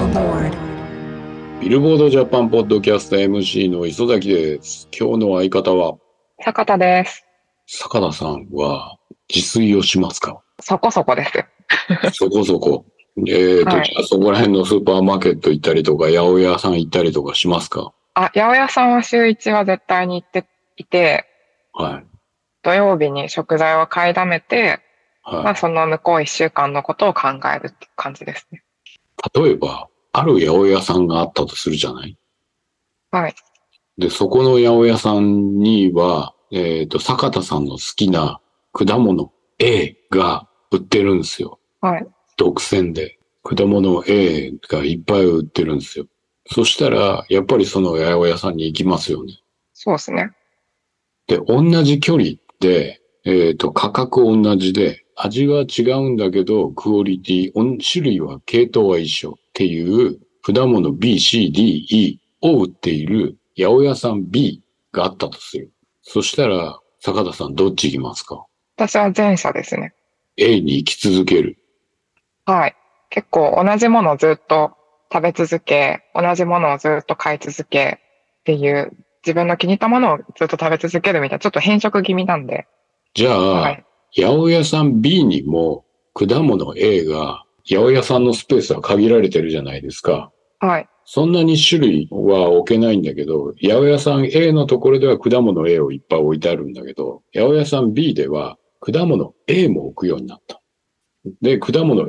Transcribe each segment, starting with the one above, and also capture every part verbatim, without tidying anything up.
aboard. ビルボードジャパンポッドキャスト エムシー の磯崎です。今日の相方は坂田です。 坂田さんは自炊をしますか？ そこそこです。 そこそこ。えーと、 はいじゃあそこら辺のスーパーマーケット行ったりとか、八百屋さん行ったりとかしますか？ あ、八百屋さんは週いちは絶対に行っていて、 はい。 土曜日に食材を買いだめて、まはあその向こういっしゅうかんのことを考えるって感じですね。 い。例えば、ある八百屋さんがあったとするじゃない？ はい。 で、そこの八百屋さんには、えーと、坂田さんの好きな果物 A が売ってるんですよ。 はい。 独占で。果物 A がいっぱい売ってるんですよ。そしたら、やっぱりその八百屋さんに行きますよね。 そうですね。 で、同じ距離で、えっと、価格同じで、味は違うんだけど、クオリティ、おん種類は、系統は一緒っていう果物 B、C、D、E を売っている八百屋さん B があったとする。そしたら、坂田さんどっち行きますか？ 私は前者ですね。 A に行き続ける。 はい。結構同じものをずっと食べ続け、同じものをずっと買い続けっていう、自分の気に入ったものをずっと食べ続けるみたいな、ちょっと変色気味なんで。 じゃあ、 はい。 八百屋さん B にも果物 A が、八百屋さんのスペースは限られてるじゃないですか。 はい。 そんなに種類は置けないんだけど、八百屋さん A のところでは果物 A をいっぱい置いてあるんだけど、八百屋さん B では果物 A も置くようになった。で、果物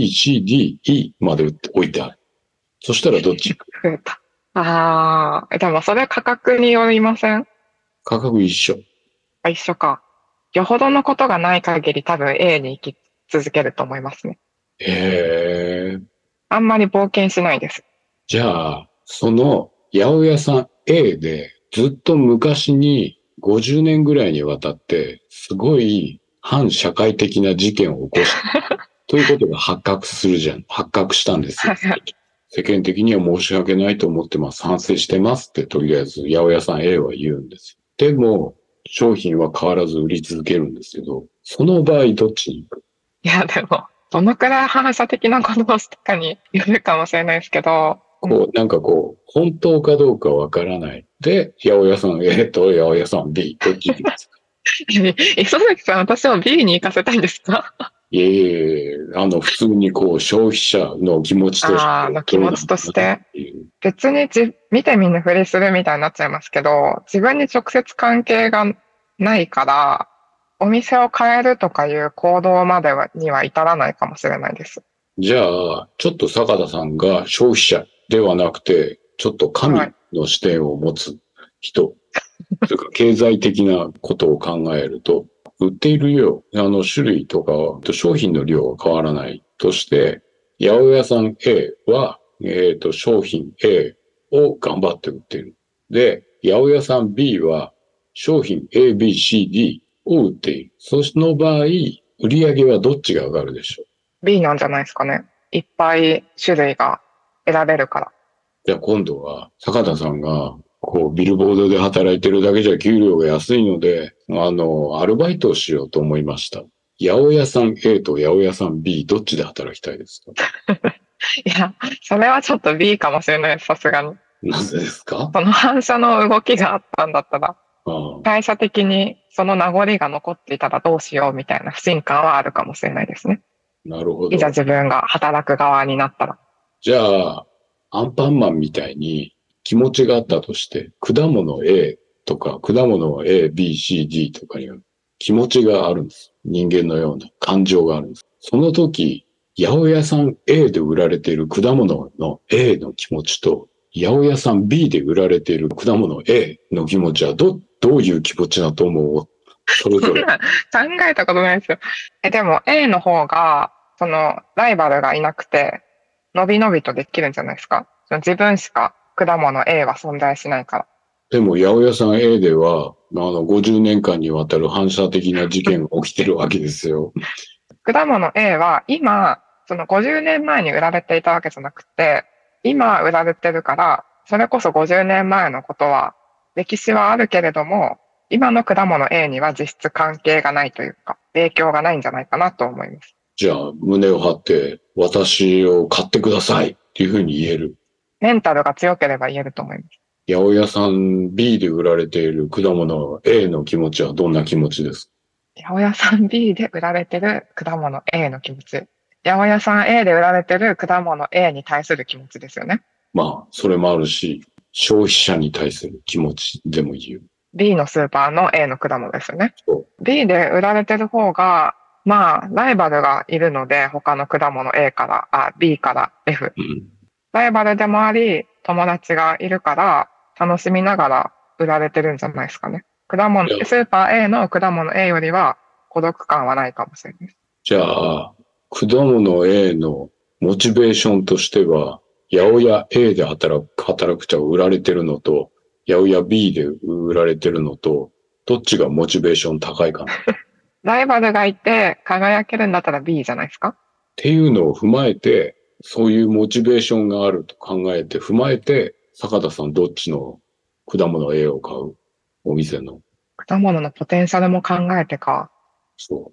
A、B、C、D、E まで置いてある。そしたらどっち行く？ 増えた。ああ、でもそれ価格によりません？ 価格一緒。 あ、一緒か。よほどのことがない限り多分 A に行き続けると思いますね。 へー。 あんまり冒険しないです。 じゃあ、その八百屋さん A でずっと昔にごじゅうねんぐらいにわたってすごい反社会的な事件を起こしたということが発覚するじゃん。発覚したんですよ。世間的には申し訳ないと思ってます。反省してますってとりあえず八百屋さん A は言うんですよ。でも商品は変わらず売り続けるんですけど、その場合どっちに行く？ いや、でも、どのくらい反射的なことをしたかによるかもしれないですけど、 こう、なんかこう、本当かどうかわからない。で、八百屋さん A と八百屋さん B、どっち行きますか？ 磯崎さん、私を B に行かせたいんですか？ いえいえいえ、あの、普通にこう、消費者の気持ちとして。 ああ、の気持ちとして。 どうなのかなっていう。 別にじ見て見ぬふりするみたいになっちゃいますけど、自分に直接関係がないから、お店を変えるとかいう行動まではには至らないかもしれないです。 じゃあ、ちょっと坂田さんが消費者ではなくて、ちょっと神の視点を持つ人、というか経済的なことを考えると、売っている量、あの種類とか、商品の量は変わらないとして、八百屋さん A は、えっと、商品 A を頑張って売っている。で、八百屋さん B は商品 A、B、C、D を売っている。その場合、売り上げはどっちが上がるでしょう？ B なんじゃないですかね。いっぱい種類が選べるから。 じゃあ今度は坂田さんがこうビルボードで働いてるだけじゃ給料が安いので、あの、アルバイトをしようと思いました。八百屋さん A と八百屋さん B どっちで働きたいですか？ いや、それはちょっと B かもしれないです、さすがに。 なぜですか？ その反射の動きがあったんだったら、 ああ、 会社的にその名残が残っていたらどうしようみたいな不信感はあるかもしれないですね。 なるほいざど。 自分が働く側になったら。 じゃあ、アンパンマンみたいに気持ちがあったとして、果物 A とか、果物 A、B、C、D とかには気持ちがあるんです。人間のような感情があるんです。その時、八百屋さん A で売られている果物の A の気持ちと、八百屋さん B で売られている果物 A の気持ちはど、どういう気持ちだと思う？それぞれ。 そんな考えたことないですよ。え、でも A の方が、そのライバルがいなくて、のびのびとできるんじゃないですか。その自分しか果物 A は存在しないから。 でも、八百屋さん A では、あの、ごじゅうねんかんにわたる反射的な事件が起きてるわけですよ。 果物 A は今、そのごじゅうねんまえに売られていたわけじゃなくて、今売られてるから、それこそごじゅうねんまえのことは、歴史はあるけれども、今の果物 A には実質関係がないというか、影響がないんじゃないかなと思います。 じゃあ、胸を張って、私を買ってくださいってっていうふうに言える。 メンタルが強ければ言えると思います。 八百屋さん B で売られている果物 A の気持ちはどんな気持ちですか？ 八百屋さん B で売られてる果物 A の気持ち。八百屋さん A で売られてる果物 A に対する気持ちですよね。 まあ、それもあるし、消費者に対する気持ちでも言う。 B のスーパーの A の果物ですよね。 そ B で売られてる方が、まあ、ライバルがいるので、他の果物 A から、あ、B から F。 う。うん。 ライバルでもあり、友達がいるから、楽しみながら売られてるんじゃないですかね。果物、 いやスーパー A の果物 A よりは孤独感はないかもしれないです。 じゃあ、果物 A のモチベーションとしては、八百屋 A で働く、働く茶を売られてるのと、八百屋 B で売られてるのと、どっちがモチベーション高いかなっライバルがいて輝けるんだったら B じゃないですか。 ていうのを踏まえて、そういうモチベーションがあると考えて、踏まえて、坂田さんどっちの果物 A を買う？お店の。 果物のポテンシャルも考えてか。 そう。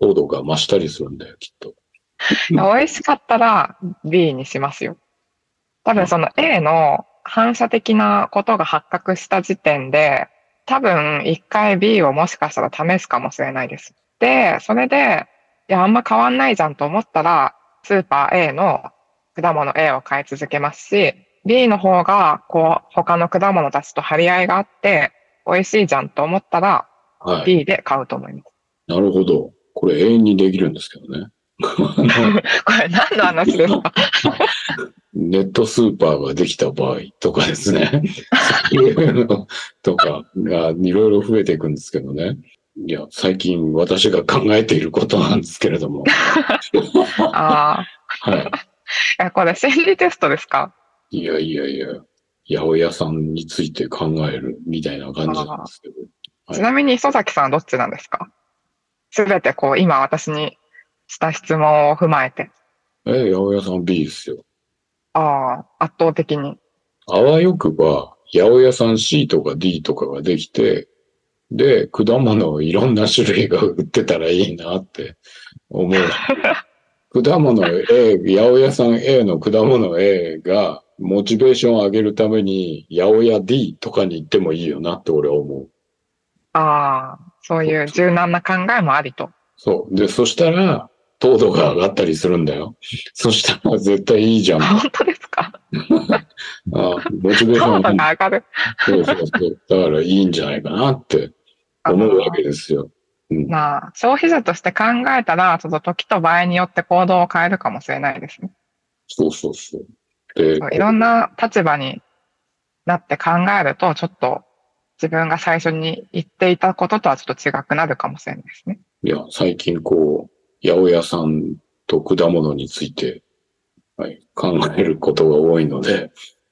糖度が増したりするんだよ、きっと。 美味しかったら B にしますよ。多分その A の反射的なことが発覚した時点で、多分一回 B をもしかしたら試すかもしれないです。で、それで、いや、あんま変わんないじゃんと思ったら、スーパー A の果物 A を買い続けますし、B の方が、こう、他の果物たちと張り合いがあって、美味しいじゃんと思ったら、 はい。 B で買うと思います。 なるほど。これ永遠にできるんですけどね。あのこれ何の話ですか？ ネットスーパーができた場合とかですね。そういうのとかがいろいろ増えていくんですけどね。いや、最近私が考えていることなんですけれども。 ああ。 はい。 え、これ心理テストですか？ いやいやいや、八百屋さんについて考えるみたいな感じなんですけど。はい、 ちなみに磯崎さんはどっちなんですか？すべてこう、今私にした質問を踏まえて。 え、八百屋さん B ですよ。 ああ、圧倒的に。 あわよくば、八百屋さん C とか D とかができて、で、果物をいろんな種類が売ってたらいいなって思う。果物 A、八百屋さん A の果物 A がモチベーションを上げるために八百屋 D とかに行ってもいいよなって俺は思う。 ああ、そういう柔軟な考えもありと。 そう。で、そしたら、糖度が上がったりするんだよ。そしたら絶対いいじゃん。あ本当ですか？ モチベーション糖度が上がる。 そうそうそう。だからいいんじゃないかなって思うわけですよ。うん、 まあ、消費者として考えたら、ちょっと時と場合によって行動を変えるかもしれないですね。 そうそうそう。で、 そういろんな立場になって考えると、ちょっと自分が最初に言っていたこととはちょっと違くなるかもしれないですね。 いや、最近こう、八百屋さんと果物について、はい、考えることが多いので。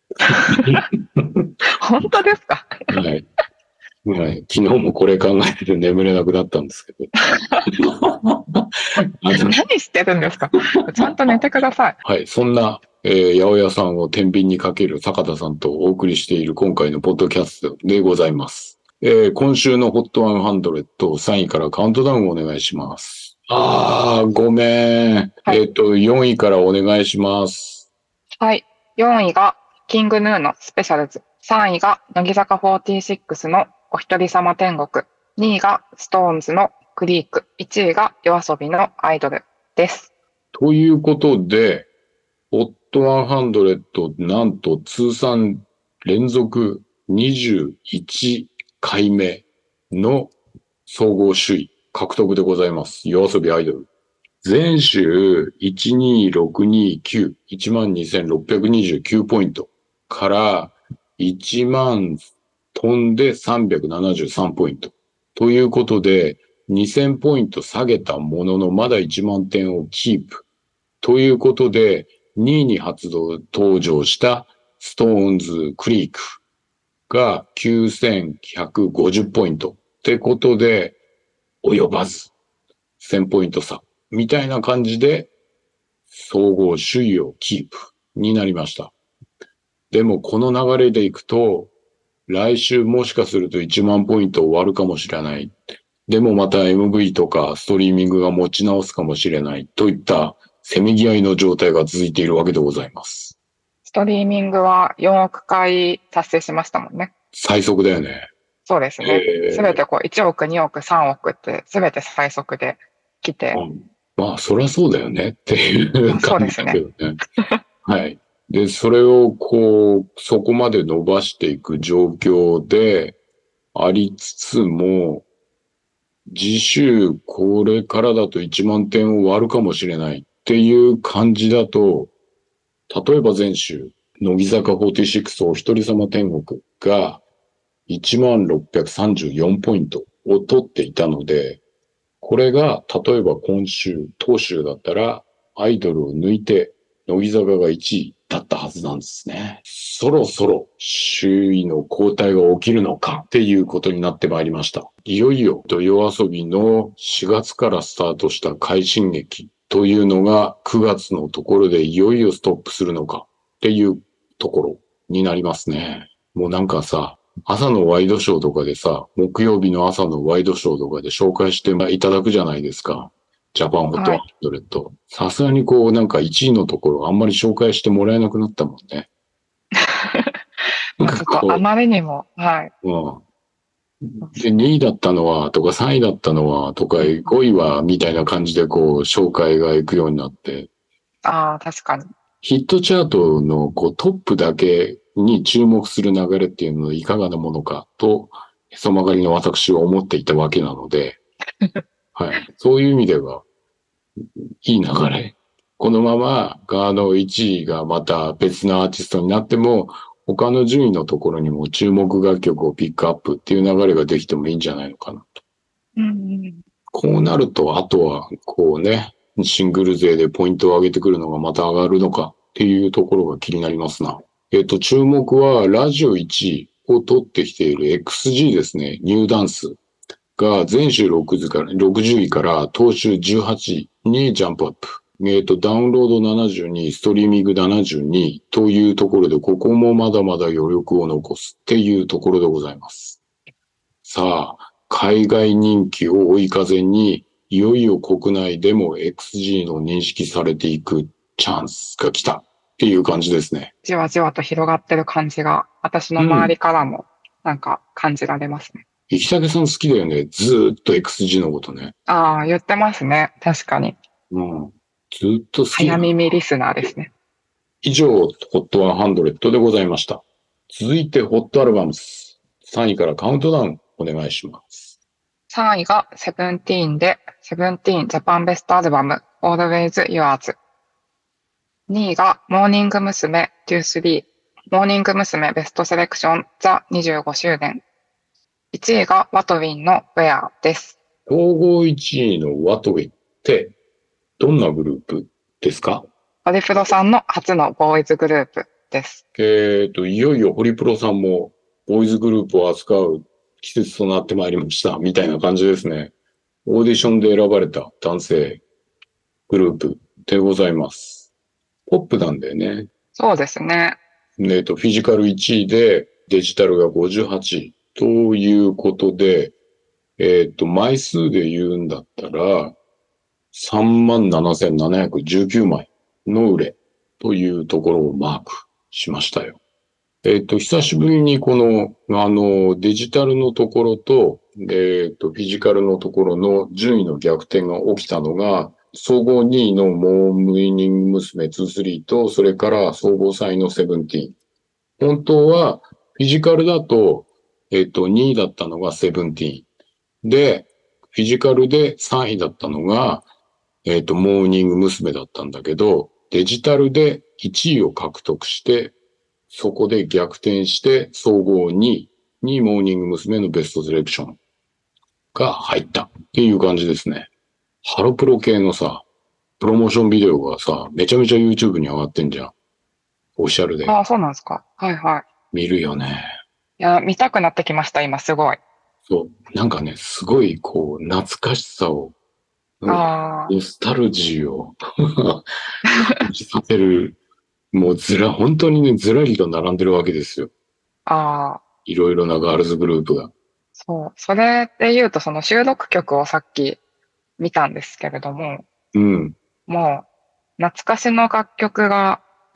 本当ですか？ はい。はい。昨日もこれ考えてて眠れなくなったんですけど。 何してるんですか？ちゃんと寝てください。 はい。そんな、えー、八百屋さんを天秤にかける坂田さんとお送りしている今回のポッドキャストでございます。えー、今週のホットひゃくさんいからカウントダウンをお願いします。あー、ごめん。はい、えっと、よんいからお願いします。 はい。よんいがキングヌーのスペシャルズ。さんいが乃木坂フォーティーシックスのお一人様天国。にいがストーンズのクリーク。いちいが夜遊びのアイドルです。 ということで、ホットひゃく、なんと通算連続にじゅういちかいめの総合首位獲得でございます。夜遊びアイドル。全週いちにーろくにーきゅう、いちまんにせんろっぴゃくにじゅうきゅうポイントからいちまん飛んでさんびゃくななじゅうさんポイント。ということで、にせんポイント下げたもののまだいちまんてんをキープ。ということで、にいに発動登場したストーンズクリークがきゅうせんひゃくごじゅうポイント。ってことで、及ばず。せんポイント差。みたいな感じで、総合首位をキープになりました。でもこの流れでいくと、来週もしかするといちまんポイント終わるかもしれない。でもまた エムブイ とかストリーミングが持ち直すかもしれないといったせめぎ合いの状態が続いているわけでございます。 トリーミングはよんおくかい達成しましたもんね。 最速だよね。 そうですね。すべえてこういちおく、におく、さんおくってすべて最速で来ー、 て、 うんまあ、そりゃそうだよねっていうまあ、そう感じですね。 だけどね。はい。で、それをこう、そこまで伸ばしていく状況でありつつも、次週これからだといちまん点を割るかもしれないっていう感じだと、例えば前週、乃木坂フォーティーシックスお一人様天国がいちまんろっぴゃくさんじゅうよんポイントを取っていたので、これが例えば今週、当週だったらアイドルを抜いて乃木坂がいちいだったはずなんですね。そろそろ周囲の交代が起きるのかっていうことになってまいりました。いよいよ土曜遊びのしがつからスタートした快進撃というのがくがつのところでいよいよストップするのかっていうところになりますね。もうなんかさ、朝のワイドショーとかでさ、木曜日の朝のワイドショーとかで紹介していただくじゃないですか。ジャパンホットはい。 ハンドレッド。さすがにこうなんかいちいのところあんまり紹介してもらえなくなったもんね。なんまあちょっとあかこまりにも、はい。 う、うん。で、にいだったのはとかさんいだったのはとかごいはみたいな感じでこう紹介が行くようになって、 ああ、確かに。 ヒットチャートのこうトップだけに注目する流れっていうのはいかがなものかと、へそ曲がりの私は思っていたわけなので、はい。そういう意味では、いい流れ。このまま、あの、いちいがまた別のアーティストになっても、他の順位のところにも注目楽曲をピックアップっていう流れができてもいいんじゃないのかなと。 うんうん。 こうなると、あとは、こうね、シングル勢でポイントを上げてくるのがまた上がるのかっていうところが気になりますな。えっと、注目は、ラジオいちいを取ってきている エックスジー ですね。ニューダンスが前週ろくじから、ろくじゅういから当週じゅうはちいにジャンプアップ。えっと、ダウンロードななじゅうに、ストリーミングななじゅうにというところで、ここもまだまだ余力を残すっていうところでございます。さあ、海外人気を追い風に、いよいよ国内でも エックスジー の認識されていくチャンスが来たっていう感じですね。 じわじわと広がってる感じが、私のうん。 周りからもなんか感じられますね。 生竹さん好きだよね。ずーっと エックスジー のことね。 ああ、言ってますね。確かに。 うん。ずーっと好きだ早な。 耳リスナーですね。 以上、ホットハンドレッドでございました。続いて、ホットアルバムス。さんいからカウントダウンお願いします。 さんいがセブンティーンで、セブンティーンジャパンベストアルバム Always Yours。にいがモーニング娘。にじゅうさん、モーニング娘。ベストセレクションザにじゅうごしゅうねん。いちいがワトウィンの Where です。 統合いちいのワトウィって、どんなグループですか？ ホリプロさんの初のボーイズグループです。 えっと、いよいよホリプロさんも、ボーイズグループを扱う季節となってまいりました、みたいな感じですね。オーディションで選ばれた男性グループでございます。ポップなんだよね。 そうですね。 えっと、フィジカルいちいで、デジタルがごじゅうはちいということで、えっと、枚数で言うんだったら、さんまんななせんななひゃくじゅうきゅうまいの売れというところをマークしましたよ。えっと、久しぶりにこの、あの、デジタルのところと、えっと、フィジカルのところの順位の逆転が起きたのが、総合にいのモーニング娘。にじゅうさんと、それから総合さんいのセブンティーン。本当は、フィジカルだと、えっと、にいだったのがセブンティーン。で、フィジカルでさんいだったのが、えっと、モーニング娘。だったんだけど、デジタルでいちいを獲得して、そこで逆転して、総合にいにモーニング娘。のベストセレクションが入ったっていう感じですね。ハロプロ系のさ、プロモーションビデオがさ、めちゃめちゃ YouTube に上がってんじゃん。オフィシャルで。 ああ、そうなんですか。はいはい。 見るよね。 いや、見たくなってきました、今すごい。 そう。なんかね、すごい、こう、懐かしさを、うんあノスタルジーを感じさせる、もうずら、本当にね、ずらりと並んでるわけですよ。 あ、ああ、 いろいろなガールズグループが。 そう。それで言うと、その収録曲をさっき見たんですけれども、 うん。 もう、懐かしの楽曲が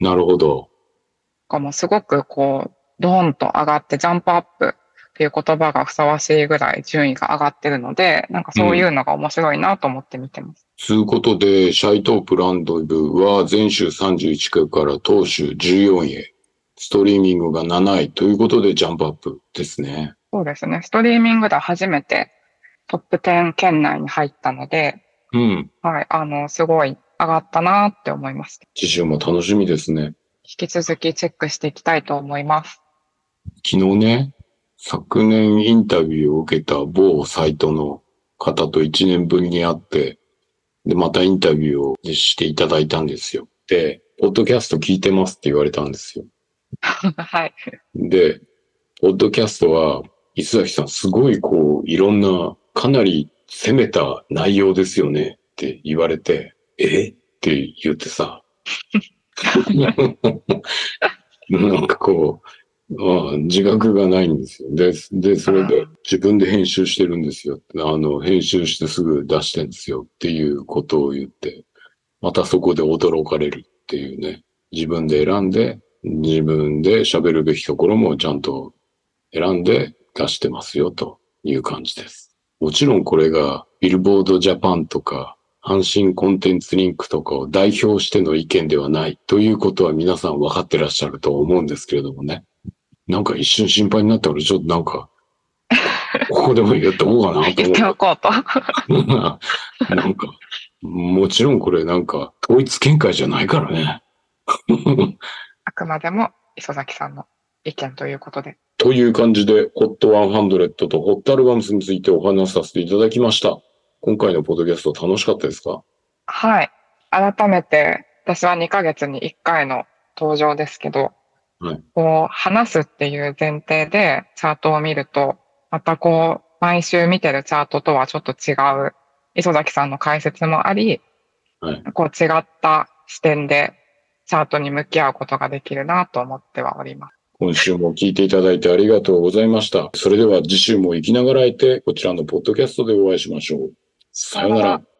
なるほど。 かもすごくこう、ドーンと上がってジャンプアップっていう言葉がふさわしいぐらい順位が上がってるので、なんかそういうのが面白いなと思って見てます。 つうことで、シャイトープランド部は全州さんじゅういっかいから当州じゅうよんいへ、ストリーミングがなないということでジャンプアップですね。 そうですね。ストリーミングで初めてトップじゅう圏内に入ったので、 うん。 はい、あの、すごい上がったなって思いました。 次週も楽しみですね。 引き続きチェックしていきたいと思います。 昨日ね、昨年インタビューを受けた某サイトの方といちねんぶりに会って、で、またインタビューをしていただいたんですよ。で、ポッドキャスト聞いてますって言われたんですよ。 はい。 で、ポッドキャストは、磯崎さんすごいこう、いろんな、かなり攻めた内容ですよねって言われて、えって言ってさ、なんかこう、ああ自覚がないんですよ。で、で、それで自分で編集してるんですよ。あの、編集してすぐ出してるんですよっていうことを言って、またそこで驚かれるっていうね。自分で選んで、自分で喋るべきところもちゃんと選んで出してますよという感じです。もちろんこれがビルボードジャパンとか阪神コンテンツリンクとかを代表しての意見ではないということは皆さん分かってらっしゃると思うんですけれどもね。なんか一瞬心配になったからちょっとなんか、ここでも言った方がなと言っ思ておこうと。 う。なんか、もちろんこれなんか統一見解じゃないからね。 あくまでも磯崎さんの意見ということで。 という感じで、ホットひゃくとホットアルバムスについてお話しさせていただきました。今回のポッドキャスト楽しかったですか？ はい。改めて、私はにかげつにいっかいの登場ですけど、 はい。 こう、話すっていう前提でチャートを見ると、またこう、毎週見てるチャートとはちょっと違う、磯崎さんの解説もあり、 はい。 こう違った視点でチャートに向き合うことができるなと思ってはおります。 今週も聞いていただいてありがとうございました。それでは次週も生きながらえて、こちらのポッドキャストでお会いしましょう。さようなら。